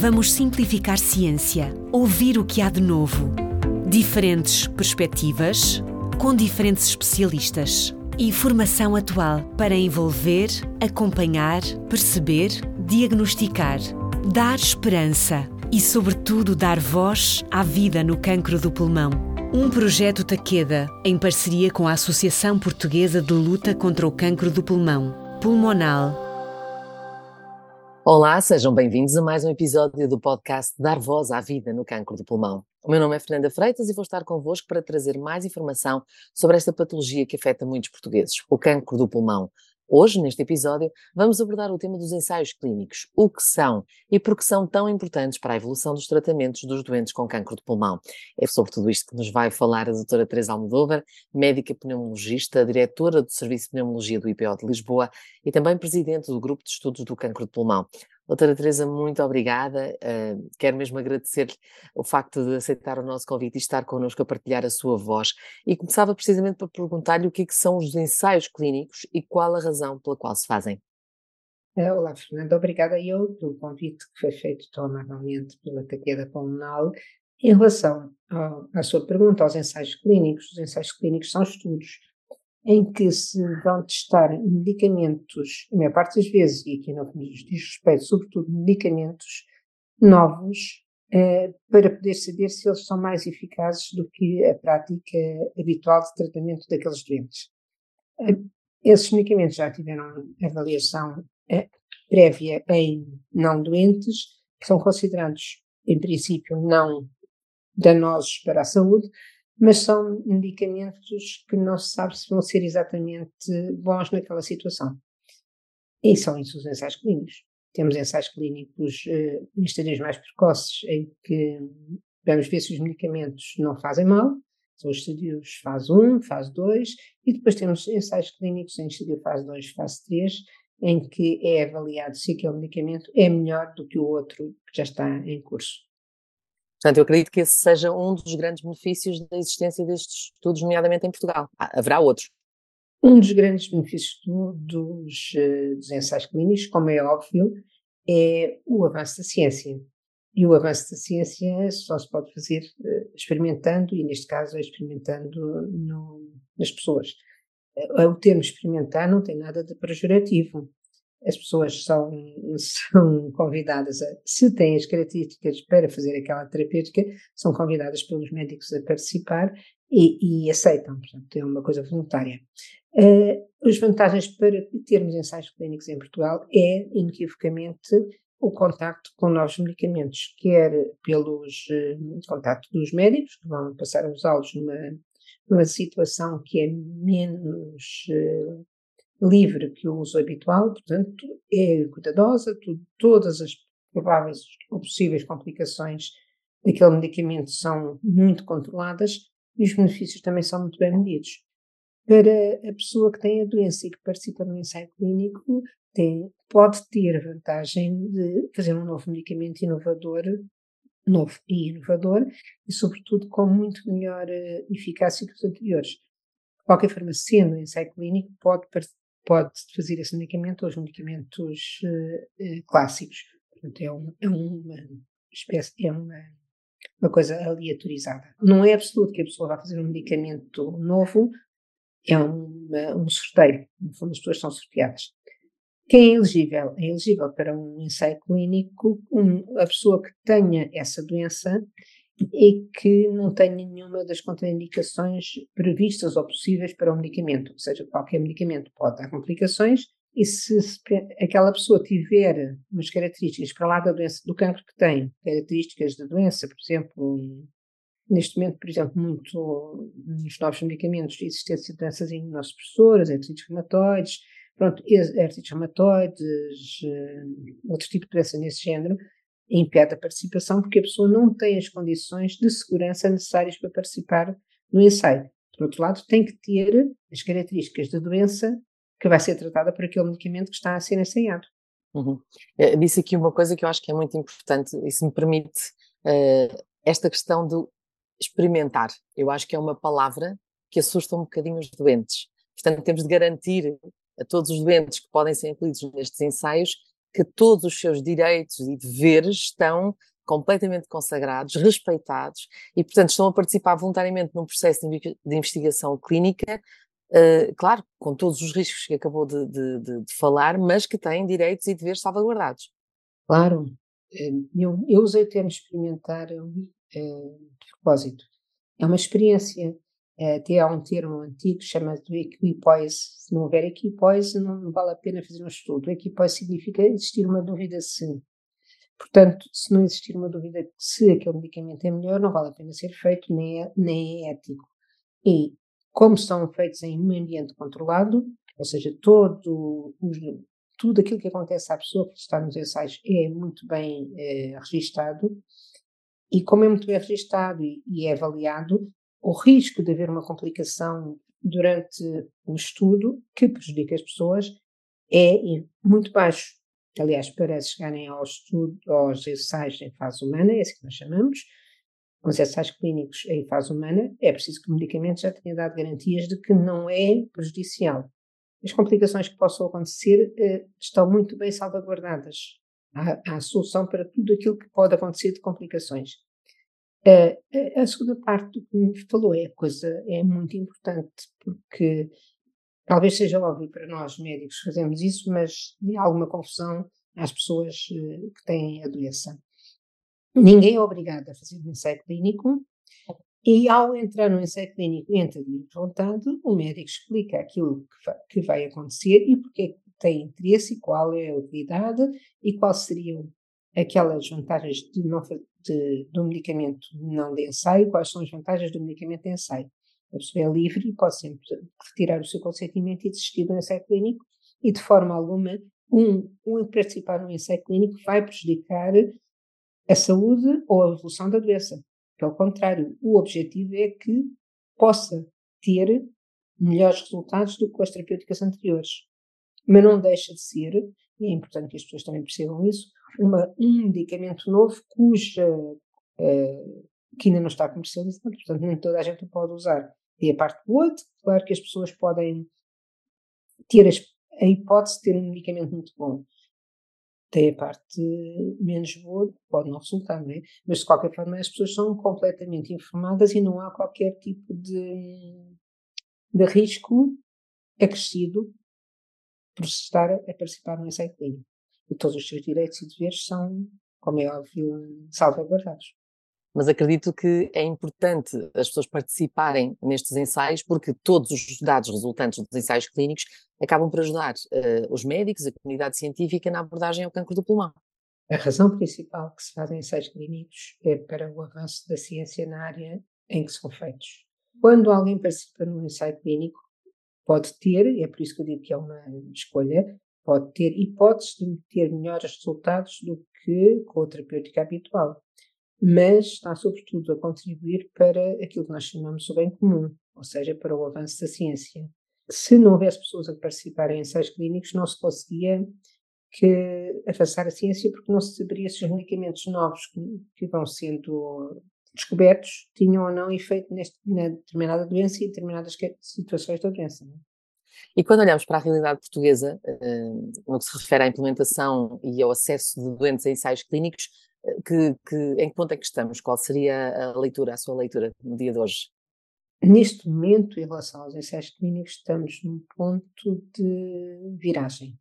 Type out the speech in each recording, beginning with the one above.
Vamos simplificar ciência, ouvir o que há de novo. Diferentes perspectivas, com diferentes especialistas. Informação atual para envolver, acompanhar, perceber, diagnosticar, dar esperança e, sobretudo, dar voz à vida no cancro do pulmão. Um projeto Takeda, em parceria com a Associação Portuguesa de Luta contra o Cancro do Pulmão, Pulmonal. Olá, sejam bem-vindos a mais um episódio do podcast Dar Voz à Vida no Cancro do Pulmão. O meu nome é Fernanda Freitas e vou estar convosco para trazer mais informação sobre esta patologia que afeta muitos portugueses, o cancro do pulmão. Hoje, neste episódio, vamos abordar o tema dos ensaios clínicos, o que são e por que são tão importantes para a evolução dos tratamentos dos doentes com cancro de pulmão. É sobre tudo isto que nos vai falar a doutora Teresa Almodóvar, médica pneumologista, diretora do Serviço de Pneumologia do IPO de Lisboa e também presidente do Grupo de Estudos do Cancro de Pulmão. Doutora Teresa, muito obrigada. Quero mesmo agradecer-lhe o facto de aceitar o nosso convite e estar connosco a partilhar a sua voz. E começava precisamente por perguntar-lhe o que é que são os ensaios clínicos e qual a razão pela qual se fazem. Olá, Fernanda, obrigada eu pelo convite que foi feito tão amavelmente pela Takeda Pulmonal. Em relação à sua pergunta aos ensaios clínicos, os ensaios clínicos são estudos em que se vão testar medicamentos, a maior parte das vezes, e aqui não nos diz respeito, sobretudo medicamentos novos, para poder saber se eles são mais eficazes do que a prática habitual de tratamento daqueles doentes. Esses medicamentos já tiveram avaliação prévia em não doentes, que são considerados, em princípio, não danosos para a saúde, mas são medicamentos que não se sabe se vão ser exatamente bons naquela situação. E são isso os ensaios clínicos. Temos ensaios clínicos em estadios mais precoces, em que vamos ver se os medicamentos não fazem mal, são os estadios fase 1, fase 2, e depois temos ensaios clínicos em estadio fase 2, fase 3, em que é avaliado se aquele medicamento é melhor do que o outro que já está em curso. Portanto, eu acredito que esse seja um dos grandes benefícios da existência destes estudos, nomeadamente em Portugal. Haverá outros. Um dos grandes benefícios dos ensaios clínicos, como é óbvio, é o avanço da ciência. E o avanço da ciência só se pode fazer experimentando, e neste caso é experimentando nas pessoas. O termo experimentar não tem nada de pejorativo. As pessoas são convidadas se têm as características para fazer aquela terapêutica, são convidadas pelos médicos a participar e aceitam, portanto, é uma coisa voluntária. As vantagens para termos ensaios clínicos em Portugal é, inequivocamente, o contacto com novos medicamentos, quer pelos contacto dos médicos, que vão passar a usá-los numa situação que é menos livre que o uso habitual, portanto, é cuidadosa, todas as prováveis ou possíveis complicações daquele medicamento são muito controladas e os benefícios também são muito bem medidos. Para a pessoa que tem a doença e que participa no ensaio clínico, pode ter a vantagem de fazer um novo medicamento novo e inovador, e sobretudo com muito melhor eficácia que os anteriores. De qualquer forma, sendo um ensaio clínico, pode fazer esse medicamento aos medicamentos clássicos. Portanto, é uma coisa aleatorizada. Não é absoluto que a pessoa vá fazer um medicamento novo, é um sorteio. No fundo, as pessoas são sorteadas. Quem é elegível? É elegível para um ensaio clínico a pessoa que tenha essa doença e que não tenha nenhuma das contraindicações previstas ou possíveis para o medicamento. Ou seja, qualquer medicamento pode dar complicações e se aquela pessoa tiver umas características para lá da doença, do cancro que tem, características da doença, por exemplo, neste momento, por exemplo, muito nos novos medicamentos, a existência de doenças imunossupressoras, artrites reumatoides, artrites reumatoides, outro tipo de doença nesse género, impede a participação porque a pessoa não tem as condições de segurança necessárias para participar no ensaio. Por outro lado, tem que ter as características da doença que vai ser tratada por aquele medicamento que está a ser ensaiado. Uhum. Disse aqui uma coisa que eu acho que é muito importante e se me permite esta questão do experimentar. Eu acho que é uma palavra que assusta um bocadinho os doentes. Portanto, temos de garantir a todos os doentes que podem ser incluídos nestes ensaios que todos os seus direitos e deveres estão completamente consagrados, respeitados e, portanto, estão a participar voluntariamente num processo de investigação clínica, claro, com todos os riscos que acabou de falar, mas que têm direitos e deveres salvaguardados. Claro, eu usei o termo experimentar de propósito. É uma experiência. Até há um termo antigo chamado equipoise. Se não houver equipoise, não vale a pena fazer um estudo. Equipoise significa existir uma dúvida se. Portanto, se não existir uma dúvida se aquele medicamento é melhor, não vale a pena ser feito, nem é ético. E, como são feitos em um ambiente controlado, ou seja, tudo aquilo que acontece à pessoa que está nos ensaios é muito bem registado, e como é muito bem registado e é avaliado, o risco de haver uma complicação durante o estudo que prejudica as pessoas é muito baixo. Aliás, para chegarem aos ensaios em fase humana, é assim que nós chamamos, os ensaios clínicos em fase humana, é preciso que o medicamento já tenha dado garantias de que não é prejudicial. As complicações que possam acontecer estão muito bem salvaguardadas. Há solução para tudo aquilo que pode acontecer de complicações. A segunda parte do que me falou é muito importante, porque talvez seja óbvio para nós médicos fazermos isso, mas há alguma confusão às pessoas que têm a doença. Ninguém é obrigado a fazer um ensaio clínico e, ao entrar no ensaio clínico, entra de livre vontade, o médico explica aquilo que vai acontecer e porque é que tem interesse e qual é a utilidade e quais seriam aquelas vantagens do medicamento não de ensaio, quais são as vantagens do medicamento de ensaio. A pessoa é livre e pode sempre retirar o seu consentimento e desistir do ensaio clínico e, de forma alguma, participar no ensaio clínico vai prejudicar a saúde ou a evolução da doença. Pelo contrário, o objetivo é que possa ter melhores resultados do que com as terapêuticas anteriores. Mas não deixa de ser, e é importante que as pessoas também percebam isso, um medicamento novo que ainda não está comercializado, portanto nem toda a gente o pode usar. E a parte boa, claro que as pessoas podem ter a hipótese de ter um medicamento muito bom. Tem a parte menos boa, pode não resultar, não é? Mas de qualquer forma as pessoas são completamente informadas e não há qualquer tipo de risco acrescido por se estar a participar no ensaio clínico. E todos os seus direitos e deveres são, como é óbvio, salvaguardados. Mas acredito que é importante as pessoas participarem nestes ensaios, porque todos os dados resultantes dos ensaios clínicos acabam por ajudar os médicos, a comunidade científica na abordagem ao cancro do pulmão. A razão principal que se fazem ensaios clínicos é para o avanço da ciência na área em que são feitos. Quando alguém participa num ensaio clínico, pode ter, e é por isso que eu digo que é uma escolha, pode ter hipóteses de ter melhores resultados do que com a terapêutica habitual. Mas está sobretudo a contribuir para aquilo que nós chamamos o bem comum, ou seja, para o avanço da ciência. Se não houvesse pessoas a participar em ensaios clínicos, não se conseguia avançar a ciência, porque não se saberia se os medicamentos novos que vão sendo descobertos tinham ou não efeito na determinada doença e em determinadas situações da doença. Não é? E quando olhamos para a realidade portuguesa, no que se refere à implementação e ao acesso de doentes a ensaios clínicos, em que ponto é que estamos? Qual seria a sua leitura no dia de hoje? Neste momento, em relação aos ensaios clínicos, estamos num ponto de viragem.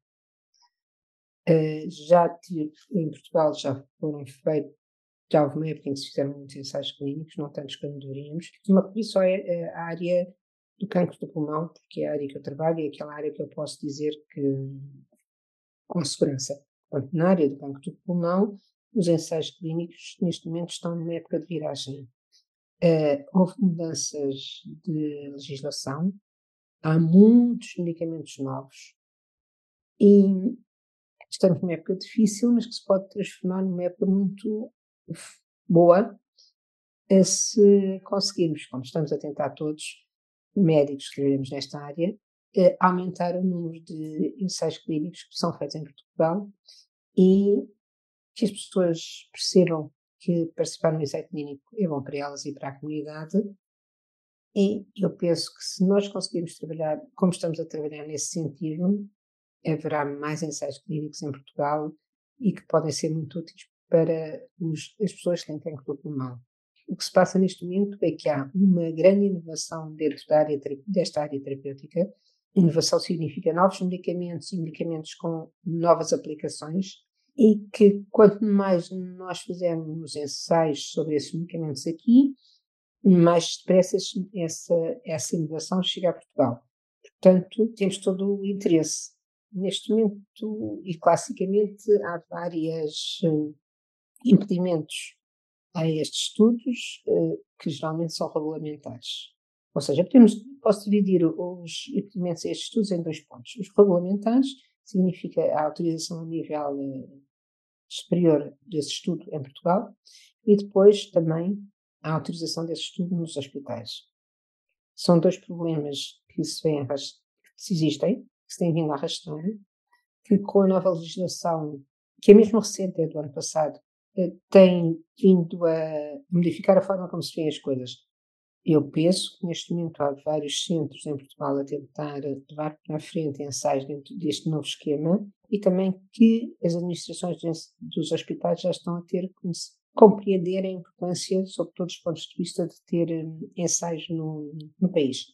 Em Portugal já houve uma época em que se fizeram muitos ensaios clínicos, não tantos quanto deveríamos, mas isso é a área do cancro do pulmão, porque é a área que eu trabalho e é aquela área que eu posso dizer que com segurança. Portanto, na área do cancro do pulmão, os ensaios clínicos neste momento estão numa época de viragem. Houve mudanças de legislação, há muitos medicamentos novos e estamos numa época difícil, mas que se pode transformar numa época muito boa se conseguirmos, como estamos a tentar todos, médicos que trabalhamos nesta área, aumentar o número de ensaios clínicos que são feitos em Portugal e que as pessoas percebam que participar no ensaio clínico é bom para elas e para a comunidade. E eu penso que se nós conseguirmos trabalhar como estamos a trabalhar nesse sentido, haverá mais ensaios clínicos em Portugal e que podem ser muito úteis para as pessoas que têm cancro do pulmão. O que se passa neste momento é que há uma grande inovação dentro desta área terapêutica. Inovação significa novos medicamentos e medicamentos com novas aplicações, e que quanto mais nós fizermos ensaios sobre esses medicamentos aqui, mais depressa essa inovação chega a Portugal. Portanto, temos todo o interesse. Neste momento, e classicamente, há vários impedimentos a estes estudos, que geralmente são regulamentares. Ou seja, posso dividir os impedimentos a estes estudos em 2 pontos. Os regulamentares significa a autorização a nível superior desse estudo em Portugal, e depois também a autorização desse estudo nos hospitais. São 2 problemas que existem, que se têm vindo a arrastar, que com a nova legislação, que é mesmo recente, é do ano passado, tem vindo a modificar a forma como se vêem as coisas. Eu penso que neste momento há vários centros em Portugal a tentar levar para a frente ensaios dentro deste novo esquema, e também que as administrações dos hospitais já estão a compreender a importância, sob todos os pontos de vista, de ter ensaios no país.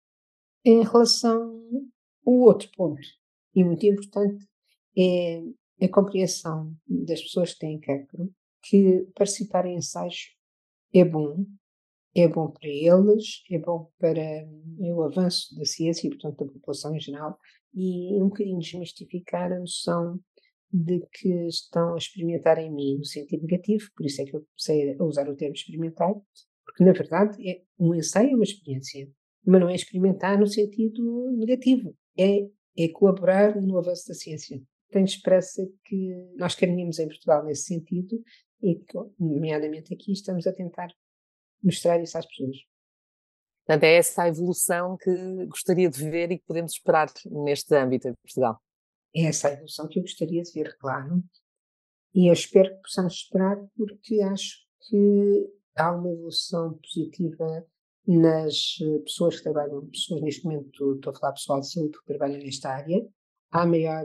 Em relação ao outro ponto, e muito importante, é a compreensão das pessoas que têm cancro, que participar em ensaios é bom para eles, é bom para o avanço da ciência e, portanto, da população em geral, e um bocadinho desmistificar a noção de que estão a experimentar em mim no sentido negativo. Por isso é que eu comecei a usar o termo experimentar, porque, na verdade, um ensaio é uma experiência, mas não é experimentar no sentido negativo, é colaborar no avanço da ciência. Tenho esperança que nós caminhemos em Portugal nesse sentido, e que, nomeadamente aqui, estamos a tentar mostrar isso às pessoas. Portanto, é essa a evolução que gostaria de ver e que podemos esperar neste âmbito em Portugal. É essa a evolução que eu gostaria de ver, claro, e eu espero que possamos esperar, porque acho que há uma evolução positiva nas pessoas que trabalham, pessoas neste momento, estou a falar pessoal de saúde que trabalham nesta área, há maior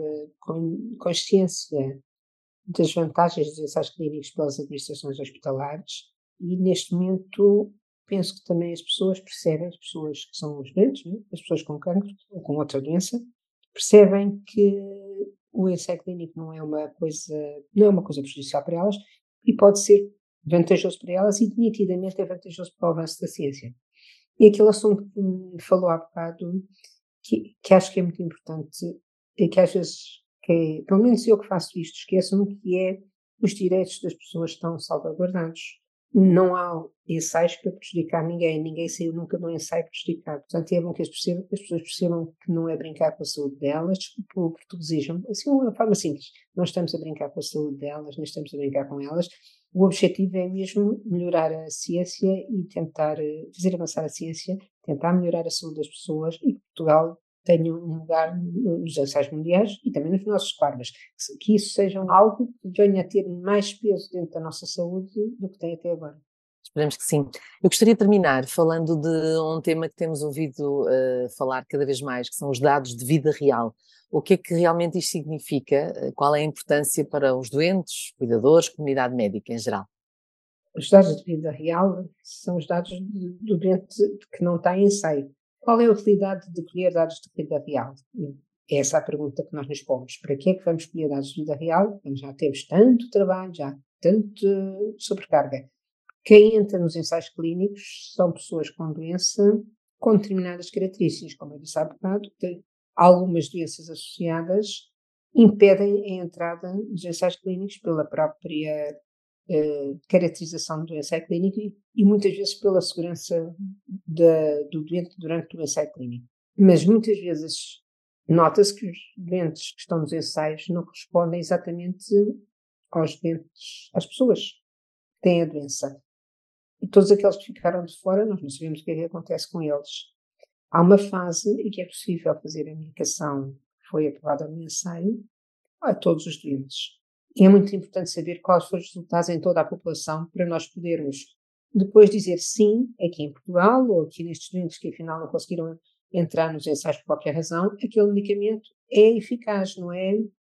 consciência das vantagens dos ensaios clínicos pelas administrações hospitalares, e neste momento penso que também as pessoas percebem, as pessoas que são os doentes, né? As pessoas com cancro ou com outra doença, percebem que o ensaio clínico não é uma coisa prejudicial para elas, e pode ser vantajoso para elas, e nitidamente é vantajoso para o avanço da ciência. E aquele assunto que me falou há bocado, que acho que é muito importante, e que às vezes, pelo menos eu que faço isto, esqueço-me, que é os direitos das pessoas estão salvaguardados. Não há ensaios para prejudicar ninguém saiu nunca de um ensaio prejudicado. Portanto, é bom que as pessoas percebam que não é brincar com a saúde delas, desculpa o portuguesismo, assim, uma forma simples. Não estamos a brincar com a saúde delas, não estamos a brincar com elas. O objetivo é mesmo melhorar a ciência e tentar fazer avançar a ciência, tentar melhorar a saúde das pessoas, e que Portugal tenha um lugar nos ensaios mundiais e também nos nossos quadros, que isso seja algo que venha a ter mais peso dentro da nossa saúde do que tem até agora. Esperemos que sim. Eu gostaria de terminar falando de um tema que temos ouvido falar cada vez mais, que são os dados de vida real. O que é que realmente isto significa? Qual é a importância para os doentes, cuidadores, comunidade médica em geral? Os dados de vida real são os dados do doente que não está em ensaio. Qual é a utilidade de colher dados de vida real? É essa a pergunta que nós nos pomos. Para que é que vamos colher dados de vida real? Quando já temos tanto trabalho, já tanta sobrecarga. Quem entra nos ensaios clínicos são pessoas com doença com determinadas características. Como eu disse há bocado, algumas doenças associadas impedem a entrada nos ensaios clínicos pela própria caracterização do ensaio clínico e muitas vezes pela segurança do doente durante o ensaio clínico. Mas muitas vezes nota-se que os doentes que estão nos ensaios não respondem exatamente às pessoas que têm a doença. E todos aqueles que ficaram de fora, nós não sabemos o que é que acontece com eles. Há uma fase em que é possível fazer a medicação que foi aprovada no ensaio a todos os doentes. E é muito importante saber quais foram os resultados em toda a população, para nós podermos depois dizer sim, aqui em Portugal, ou aqui nestes doentes que afinal não conseguiram entrar nos ensaios por qualquer razão, aquele medicamento é eficaz, não é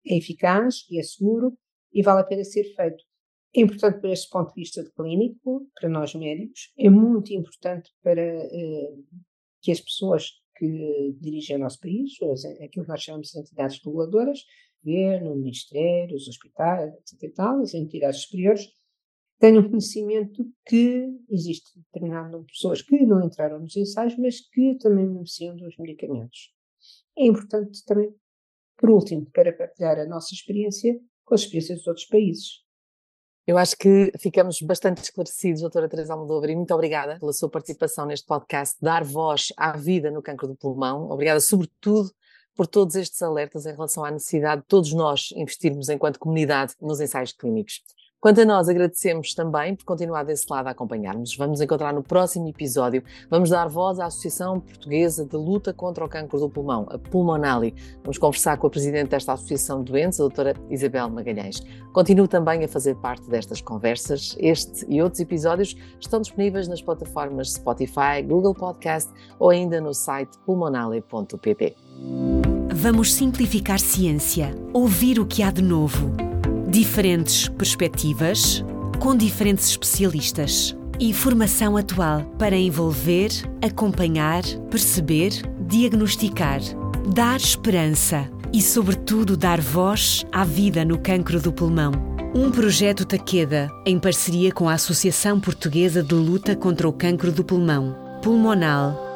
é eficaz e é seguro e vale a pena ser feito. É importante para este ponto de vista de clínico, para nós médicos, é muito importante para que as pessoas que dirigem o nosso país, aquilo que nós chamamos de entidades reguladoras, governo, ministérios, hospitais, etc. e tal, as entidades superiores, tenham conhecimento que existe determinado número de pessoas que não entraram nos ensaios, mas que também beneficiam dos medicamentos. É importante também, por último, para partilhar a nossa experiência com as experiências dos outros países. Eu acho que ficamos bastante esclarecidos, doutora Teresa Almodóvar, e muito obrigada pela sua participação neste podcast, Dar Voz à Vida no Cancro do Pulmão. Obrigada, sobretudo, por todos estes alertas em relação à necessidade de todos nós investirmos enquanto comunidade nos ensaios clínicos. Quanto a nós, agradecemos também por continuar desse lado a acompanhar-nos. Vamos encontrar no próximo episódio. Vamos dar voz à Associação Portuguesa de Luta contra o Cancro do Pulmão, a Pulmonali. Vamos conversar com a presidente desta associação de doentes, a doutora Isabel Magalhães. Continuo também a fazer parte destas conversas. Este e outros episódios estão disponíveis nas plataformas Spotify, Google Podcast ou ainda no site pulmonali.pt. Vamos simplificar ciência, ouvir o que há de novo. Diferentes perspectivas, com diferentes especialistas. Informação atual para envolver, acompanhar, perceber, diagnosticar, dar esperança e, sobretudo, dar voz à vida no cancro do pulmão. Um projeto Takeda, em parceria com a Associação Portuguesa de Luta contra o Cancro do Pulmão, Pulmonal.